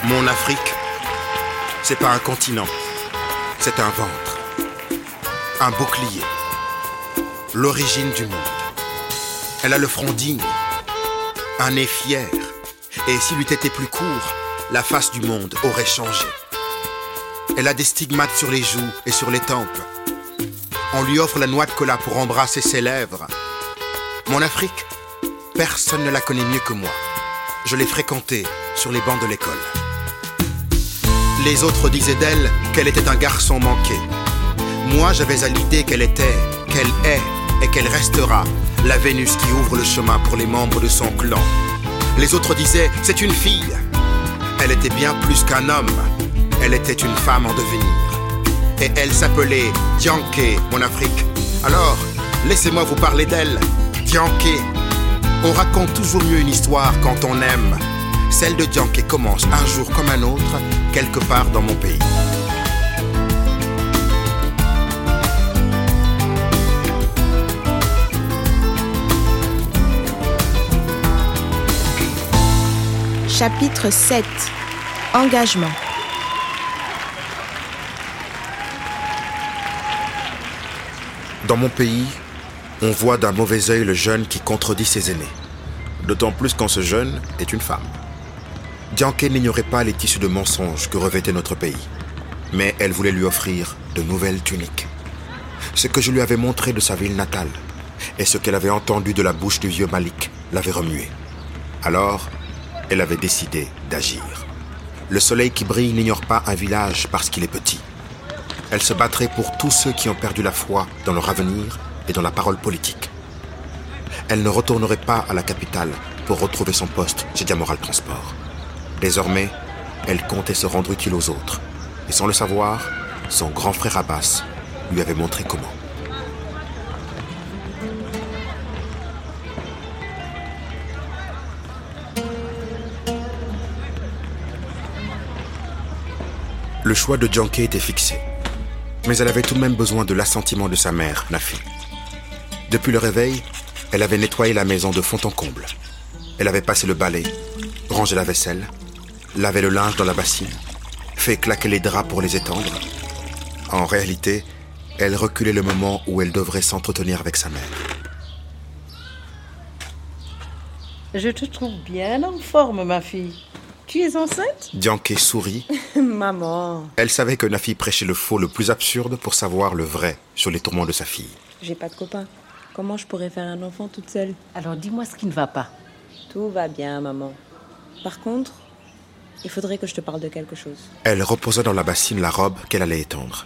Mon Afrique, c'est pas un continent, c'est un ventre, un bouclier, l'origine du monde. Elle a le front digne, un nez fier, et s'il eût été plus court, la face du monde aurait changé. Elle a des stigmates sur les joues et sur les tempes. On lui offre la noix de cola pour embrasser ses lèvres. Mon Afrique, personne ne la connaît mieux que moi. Je l'ai fréquentée sur les bancs de l'école. Les autres disaient d'elle qu'elle était un garçon manqué. Moi, j'avais à l'idée qu'elle était, qu'elle est et qu'elle restera la Vénus qui ouvre le chemin pour les membres de son clan. Les autres disaient, c'est une fille. Elle était bien plus qu'un homme. Elle était une femme en devenir. Et elle s'appelait Dianké, mon Afrique. Alors, laissez-moi vous parler d'elle. Dianké. On raconte toujours mieux une histoire quand on aime. Celle de Dianké commence un jour comme un autre, quelque part dans mon pays. Chapitre 7. Engagement. Dans mon pays, on voit d'un mauvais œil le jeune qui contredit ses aînés. D'autant plus quand ce jeune est une femme. Dianké n'ignorait pas les tissus de mensonges que revêtait notre pays. Mais elle voulait lui offrir de nouvelles tuniques. Ce que je lui avais montré de sa ville natale et ce qu'elle avait entendu de la bouche du vieux Malik l'avait remué. Alors, elle avait décidé d'agir. Le soleil qui brille n'ignore pas un village parce qu'il est petit. Elle se battrait pour tous ceux qui ont perdu la foi dans leur avenir et dans la parole politique. Elle ne retournerait pas à la capitale pour retrouver son poste chez Diamoral Transport. Désormais, elle comptait se rendre utile aux autres. Et sans le savoir, son grand frère Abbas lui avait montré comment. Le choix de Dianké était fixé. Mais elle avait tout de même besoin de l'assentiment de sa mère, Nafi. Depuis le réveil, elle avait nettoyé la maison de fond en comble. Elle avait passé le balai, rangé la vaisselle, lavé le linge dans la bassine, fait claquer les draps pour les étendre. En réalité, elle reculait le moment où elle devrait s'entretenir avec sa mère. Je te trouve bien en forme, ma fille. Tu es enceinte? Dianké sourit. Maman. Elle savait que Nafi prêchait le faux le plus absurde pour savoir le vrai sur les tourments de sa fille. J'ai pas de copain. Comment je pourrais faire un enfant toute seule? Alors dis-moi ce qui ne va pas. Tout va bien, maman. Par contre, il faudrait que je te parle de quelque chose. Elle reposa dans la bassine la robe qu'elle allait étendre.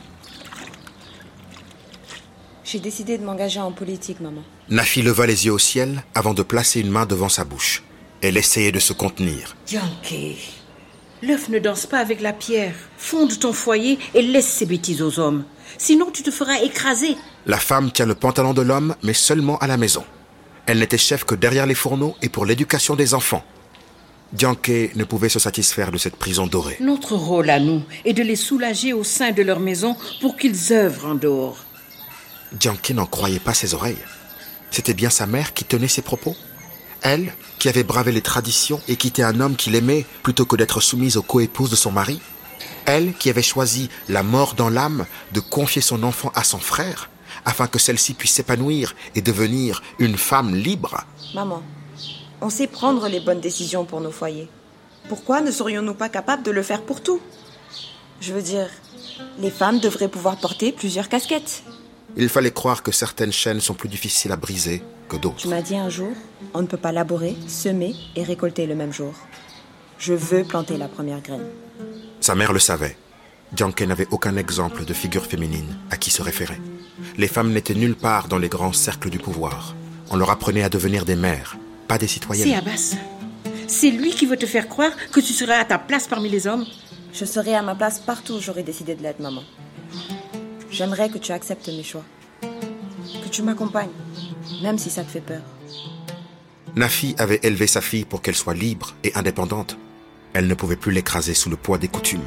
J'ai décidé de m'engager en politique, maman. Nafi leva les yeux au ciel avant de placer une main devant sa bouche. Elle essayait de se contenir. Dianké, l'œuf ne danse pas avec la pierre. Fonde ton foyer et laisse ces bêtises aux hommes. Sinon, tu te feras écraser. La femme tient le pantalon de l'homme, mais seulement à la maison. Elle n'était chef que derrière les fourneaux et pour l'éducation des enfants. Dianké ne pouvait se satisfaire de cette prison dorée. Notre rôle à nous est de les soulager au sein de leur maison pour qu'ils œuvrent en dehors. Dianké n'en croyait pas ses oreilles. C'était bien sa mère qui tenait ses propos. Elle, qui avait bravé les traditions et quitté un homme qui l'aimait plutôt que d'être soumise aux coépouses de son mari. Elle, qui avait choisi la mort dans l'âme de confier son enfant à son frère afin que celle-ci puisse s'épanouir et devenir une femme libre. Maman, on sait prendre les bonnes décisions pour nos foyers. Pourquoi ne serions-nous pas capables de le faire pour tout? Je veux dire, les femmes devraient pouvoir porter plusieurs casquettes. Il fallait croire que certaines chaînes sont plus difficiles à briser que d'autres. Tu m'as dit un jour, on ne peut pas labourer, semer et récolter le même jour. Je veux planter la première graine. Sa mère le savait. Dianké n'avait aucun exemple de figure féminine à qui se référer. Les femmes n'étaient nulle part dans les grands cercles du pouvoir. On leur apprenait à devenir des mères, pas des citoyennes. C'est Abbas. C'est lui qui veut te faire croire que tu seras à ta place parmi les hommes. Je serai à ma place partout où j'aurai décidé de l'être, maman. J'aimerais que tu acceptes mes choix. Que tu m'accompagnes, même si ça te fait peur. Nafi avait élevé sa fille pour qu'elle soit libre et indépendante. Elle ne pouvait plus l'écraser sous le poids des coutumes.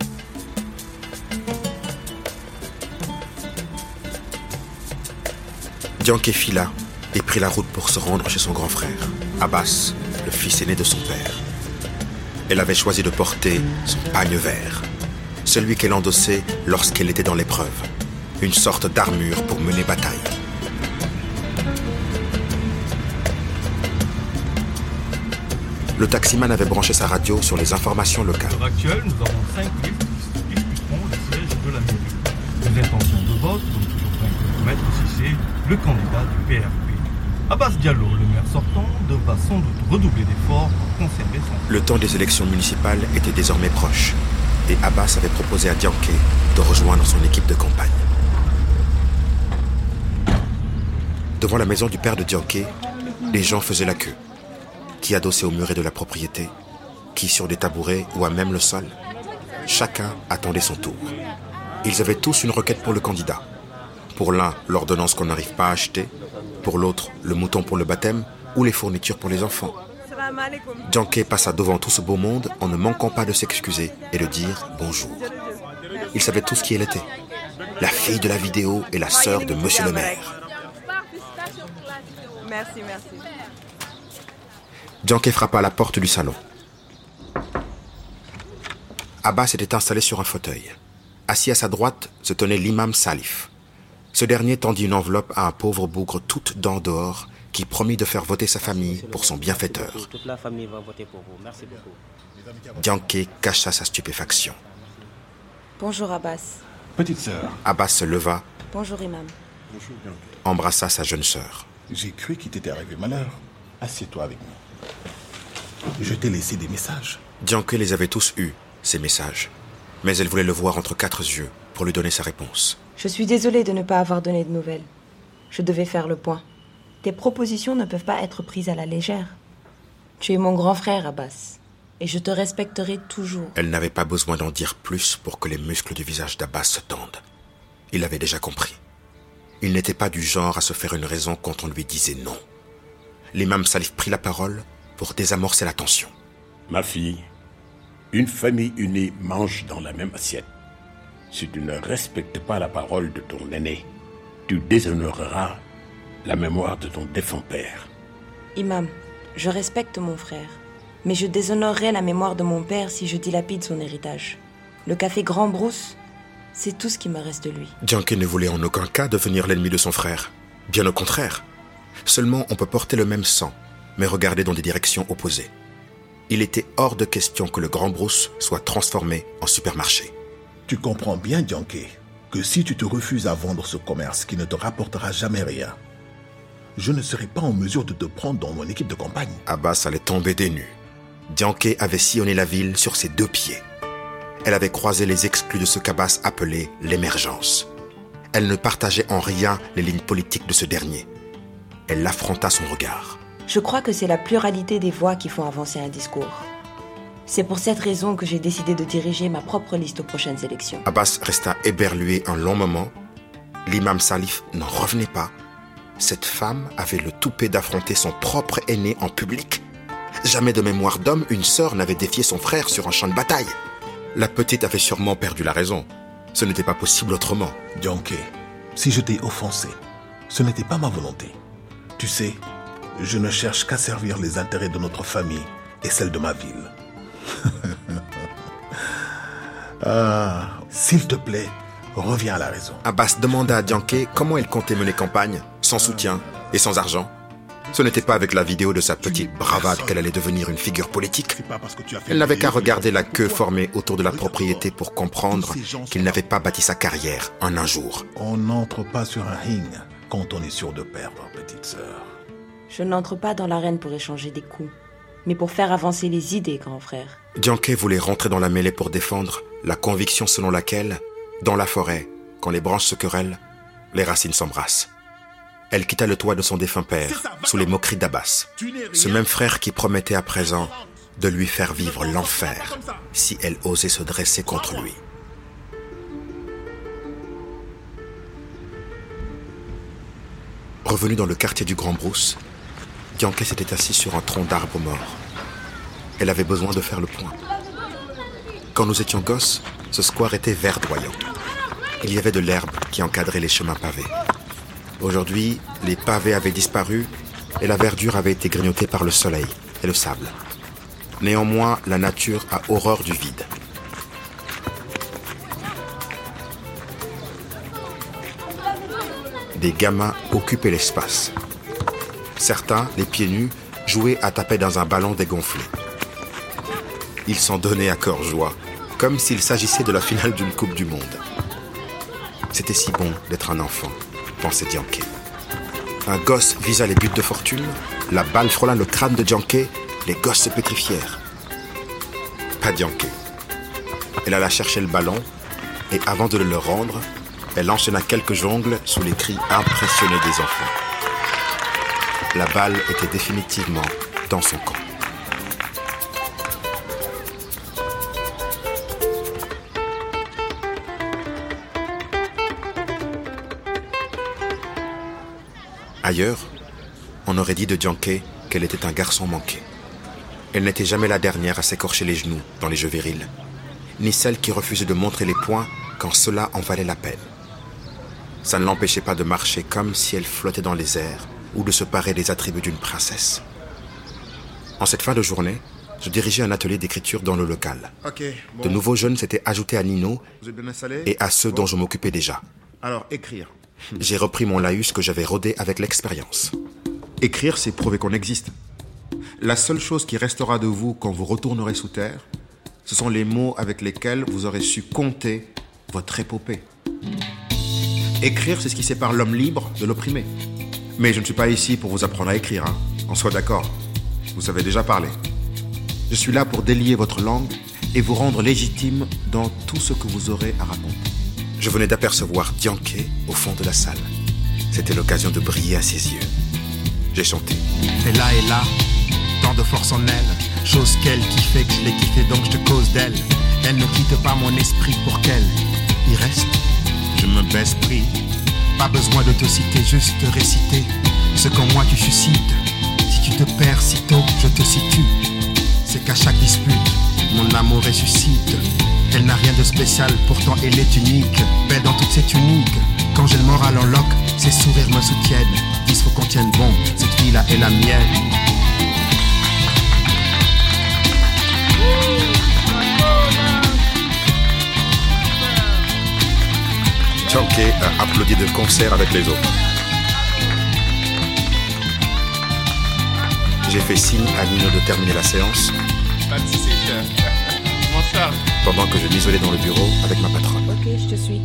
Dianké fila et prit la route pour se rendre chez son grand frère, Abbas, le fils aîné de son père. Elle avait choisi de porter son pagne vert, celui qu'elle endossait lorsqu'elle était dans l'épreuve, une sorte d'armure pour mener bataille. Le taximan avait branché sa radio sur les informations locales. À l'heure actuelle, nous avons 5 listes qui disputeront le siège de la mairie. Les intentions de vote sont toujours 20 km si c'est le candidat du PRP. Abbas Diallo, le maire sortant, devra sans doute redoubler d'efforts pour conserver son... Le temps des élections municipales était désormais proche et Abbas avait proposé à Dianké de rejoindre son équipe de campagne. Devant la maison du père de Dianké, les gens faisaient la queue. Qui adossé au muret de la propriété, qui sur des tabourets ou à même le sol. Chacun attendait son tour. Ils avaient tous une requête pour le candidat. Pour l'un, l'ordonnance qu'on n'arrive pas à acheter. Pour l'autre, le mouton pour le baptême ou les fournitures pour les enfants. Dianké passa devant tout ce beau monde en ne manquant pas de s'excuser et de dire bonjour. Ils savaient tous qui elle était. La fille de la vidéo et la sœur de monsieur le maire. Merci. Dianké frappa à la porte du salon. Abbas était installé sur un fauteuil. Assis à sa droite se tenait l'imam Salif. Ce dernier tendit une enveloppe à un pauvre bougre toute dents dehors qui promit de faire voter sa famille pour son bienfaiteur. Toute la famille va voter pour vous. Merci beaucoup. Dianké cacha sa stupéfaction. Bonjour Abbas. Petite sœur. Abbas se leva, Bonjour Imam. Bonjour, Dianké. embrassa sa jeune sœur. J'ai cru qu'il t'était arrivé malheur. Assieds-toi avec moi. Je t'ai laissé des messages. Dianké les avait tous eus, ces messages. Mais elle voulait le voir entre quatre yeux pour lui donner sa réponse. Je suis désolée de ne pas avoir donné de nouvelles. Je devais faire le point. Tes propositions ne peuvent pas être prises à la légère. Tu es mon grand frère, Abbas. Et je te respecterai toujours. Elle n'avait pas besoin d'en dire plus pour que les muscles du visage d'Abbas se tendent. Il avait déjà compris. Il n'était pas du genre à se faire une raison quand on lui disait non. L'imam Salif prit la parole pour désamorcer la tension. Ma fille, une famille unie mange dans la même assiette. Si tu ne respectes pas la parole de ton aîné, tu déshonoreras la mémoire de ton défunt père. Imam, je respecte mon frère. Mais je déshonorerai la mémoire de mon père si je dilapide son héritage. Le café Grand Brousse, c'est tout ce qui me reste de lui. Dianké ne voulait en aucun cas devenir l'ennemi de son frère. Bien au contraire. Seulement, on peut porter le même sang, mais regarder dans des directions opposées. Il était hors de question que le Grand Brousse soit transformé en supermarché. Tu comprends bien, Dianké, que si tu te refuses à vendre ce commerce qui ne te rapportera jamais rien, je ne serai pas en mesure de te prendre dans mon équipe de campagne. Abbas allait tomber des nues. Dianké avait sillonné la ville sur ses deux pieds. Elle avait croisé les exclus de ce qu'Abbas appelait l'émergence. Elle ne partageait en rien les lignes politiques de ce dernier. Elle l'affronta son regard. Je crois que c'est la pluralité des voix qui font avancer un discours. C'est pour cette raison que j'ai décidé de diriger ma propre liste aux prochaines élections. Abbas resta éberlué un long moment. L'imam Salif n'en revenait pas. Cette femme avait le toupet d'affronter son propre aîné en public. Jamais de mémoire d'homme, une sœur n'avait défié son frère sur un champ de bataille. La petite avait sûrement perdu la raison. Ce n'était pas possible autrement. Dianké, si je t'ai offensé, ce n'était pas ma volonté. Tu sais, je ne cherche qu'à servir les intérêts de notre famille et celle de ma ville. S'il te plaît, reviens à la raison. Abbas demanda à Dianké comment elle comptait mener campagne, sans soutien et sans argent. Ce n'était pas avec la vidéo de sa petite bravade qu'elle allait devenir une figure politique. Elle n'avait qu'à regarder la queue formée autour de la propriété pour comprendre qu'il n'avait pas bâti sa carrière en un jour. On n'entre pas sur un ring quand on est sûr de perdre, petite sœur. Je n'entre pas dans l'arène pour échanger des coups, mais pour faire avancer les idées, grand frère. Dianké voulait rentrer dans la mêlée pour défendre la conviction selon laquelle, dans la forêt, quand les branches se querellent, les racines s'embrassent. Elle quitta le toit de son défunt père, sous les moqueries d'Abbas. Ce même frère qui promettait à présent de lui faire vivre l'enfer si elle osait se dresser contre lui. Revenue dans le quartier du Grand Brousse, Dianké s'était assise sur un tronc d'arbre mort. Elle avait besoin de faire le point. Quand nous étions gosses, ce square était verdoyant. Il y avait de l'herbe qui encadrait les chemins pavés. Aujourd'hui, les pavés avaient disparu et la verdure avait été grignotée par le soleil et le sable. Néanmoins, la nature a horreur du vide. Des gamins occupaient l'espace. Certains, les pieds nus, jouaient à taper dans un ballon dégonflé. Ils s'en donnaient à cœur joie, comme s'il s'agissait de la finale d'une Coupe du Monde. C'était si bon d'être un enfant, pensait Dianké. Un gosse visa les buts de fortune, la balle frôla le crâne de Dianké, les gosses se pétrifièrent. Pas Dianké. Elle alla chercher le ballon et avant de le leur rendre, elle enchaîna quelques jongles sous les cris impressionnés des enfants. La balle était définitivement dans son camp. Ailleurs, on aurait dit de Dianké qu'elle était un garçon manqué. Elle n'était jamais la dernière à s'écorcher les genoux dans les jeux virils, ni celle qui refusait de montrer les poings quand cela en valait la peine. Ça ne l'empêchait pas de marcher comme si elle flottait dans les airs ou de se parer des attributs d'une princesse. En cette fin de journée, je dirigeais un atelier d'écriture dans le local. De nouveaux jeunes s'étaient ajoutés à Nino et à ceux dont je m'occupais déjà. Alors, écrire. J'ai repris mon laïus que j'avais rodé avec l'expérience. Écrire, c'est prouver qu'on existe. La seule chose qui restera de vous quand vous retournerez sous terre, ce sont les mots avec lesquels vous aurez su compter votre épopée. Écrire, c'est ce qui sépare l'homme libre de l'opprimé. Mais je ne suis pas ici pour vous apprendre à écrire, hein. On soit d'accord. Vous savez déjà parler. Je suis là pour délier votre langue et vous rendre légitime dans tout ce que vous aurez à raconter. Je venais d'apercevoir Dianké au fond de la salle. C'était l'occasion de briller à ses yeux. J'ai chanté. Et là, tant de force en elle, chose qu'elle qui fait que je l'ai kiffée donc je te cause d'elle. Elle ne quitte pas mon esprit pour qu'elle y reste. Je me baisse pris, pas besoin de te citer, juste te réciter ce qu'en moi tu suscites. Si tu te perds sitôt, je te situe. C'est qu'à chaque dispute, mon amour ressuscite. Elle n'a rien de spécial, pourtant elle est unique. Belle dans toutes ses tuniques. Quand j'ai le moral en loc, ses sourires me soutiennent. Disent faut qu'on tienne bon, cette fille-là est la mienne. Dianké a applaudi de concert avec les autres. J'ai fait signe à Nino de terminer la séance. Pas de soucis, chef. Bonsoir. Pendant que je m'isolais dans le bureau avec ma patronne. Ok, je te suis.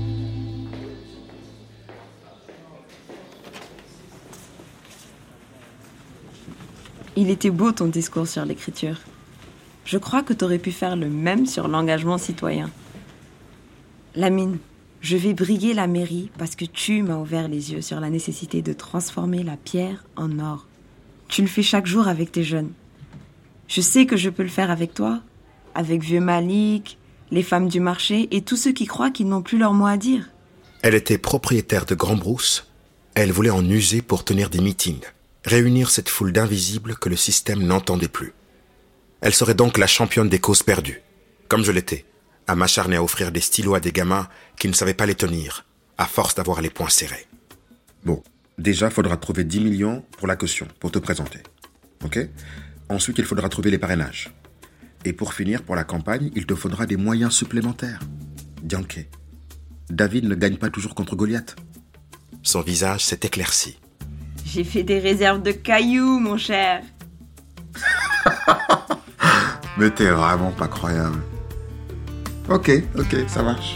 Il était beau ton discours sur l'écriture. Je crois que tu aurais pu faire le même sur l'engagement citoyen. Lamine, je vais briguer la mairie parce que tu m'as ouvert les yeux sur la nécessité de transformer la pierre en or. Tu le fais chaque jour avec tes jeunes. Je sais que je peux le faire avec toi, avec Vieux Malik, les femmes du marché et tous ceux qui croient qu'ils n'ont plus leur mot à dire. Elle était propriétaire de Grand Brousse. Elle voulait en user pour tenir des meetings, réunir cette foule d'invisibles que le système n'entendait plus. Elle serait donc la championne des causes perdues, comme je l'étais, à m'acharner à offrir des stylos à des gamins qui ne savaient pas les tenir, à force d'avoir les poings serrés. Bon, déjà, faudra trouver 10 millions pour la caution, pour te présenter. Ok ? Ensuite, il faudra trouver les parrainages. Et pour finir, pour la campagne, il te faudra des moyens supplémentaires. Dianké, David ne gagne pas toujours contre Goliath. Son visage s'est éclairci. J'ai fait des réserves de cailloux, mon cher. Mais t'es vraiment pas croyable. Ok, ça marche.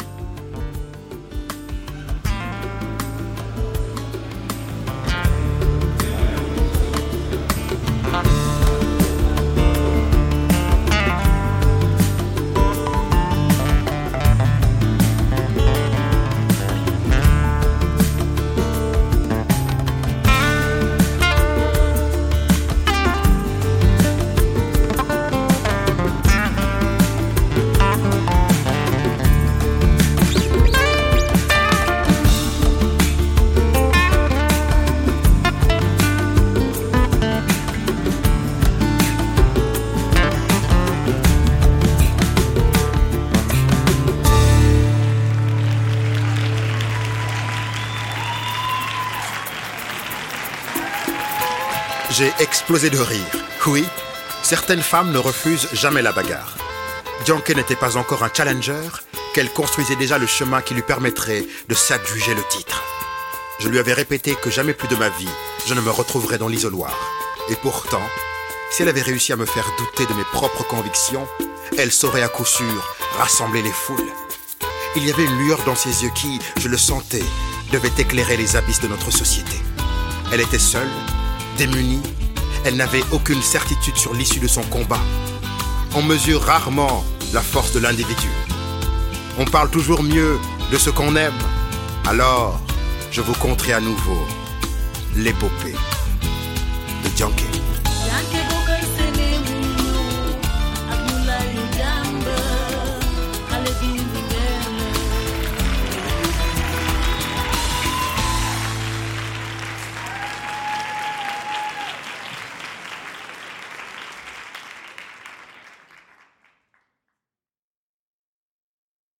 J'ai explosé de rire. Oui, Certaines femmes ne refusent jamais la bagarre. Dianké n'était pas encore un challenger, qu'elle construisait déjà le chemin qui lui permettrait de s'adjuger le titre. Je lui avais répété que jamais plus de ma vie, je ne me retrouverais dans l'isoloir. Et pourtant, si elle avait réussi à me faire douter de mes propres convictions, elle saurait à coup sûr rassembler les foules. Il y avait une lueur dans ses yeux qui, je le sentais, devait éclairer les abysses de notre société. Elle était seule, démunie, elle n'avait aucune certitude sur l'issue de son combat. On mesure rarement la force de l'individu. On parle toujours mieux de ce qu'on aime. Alors, je vous conterai à nouveau l'épopée.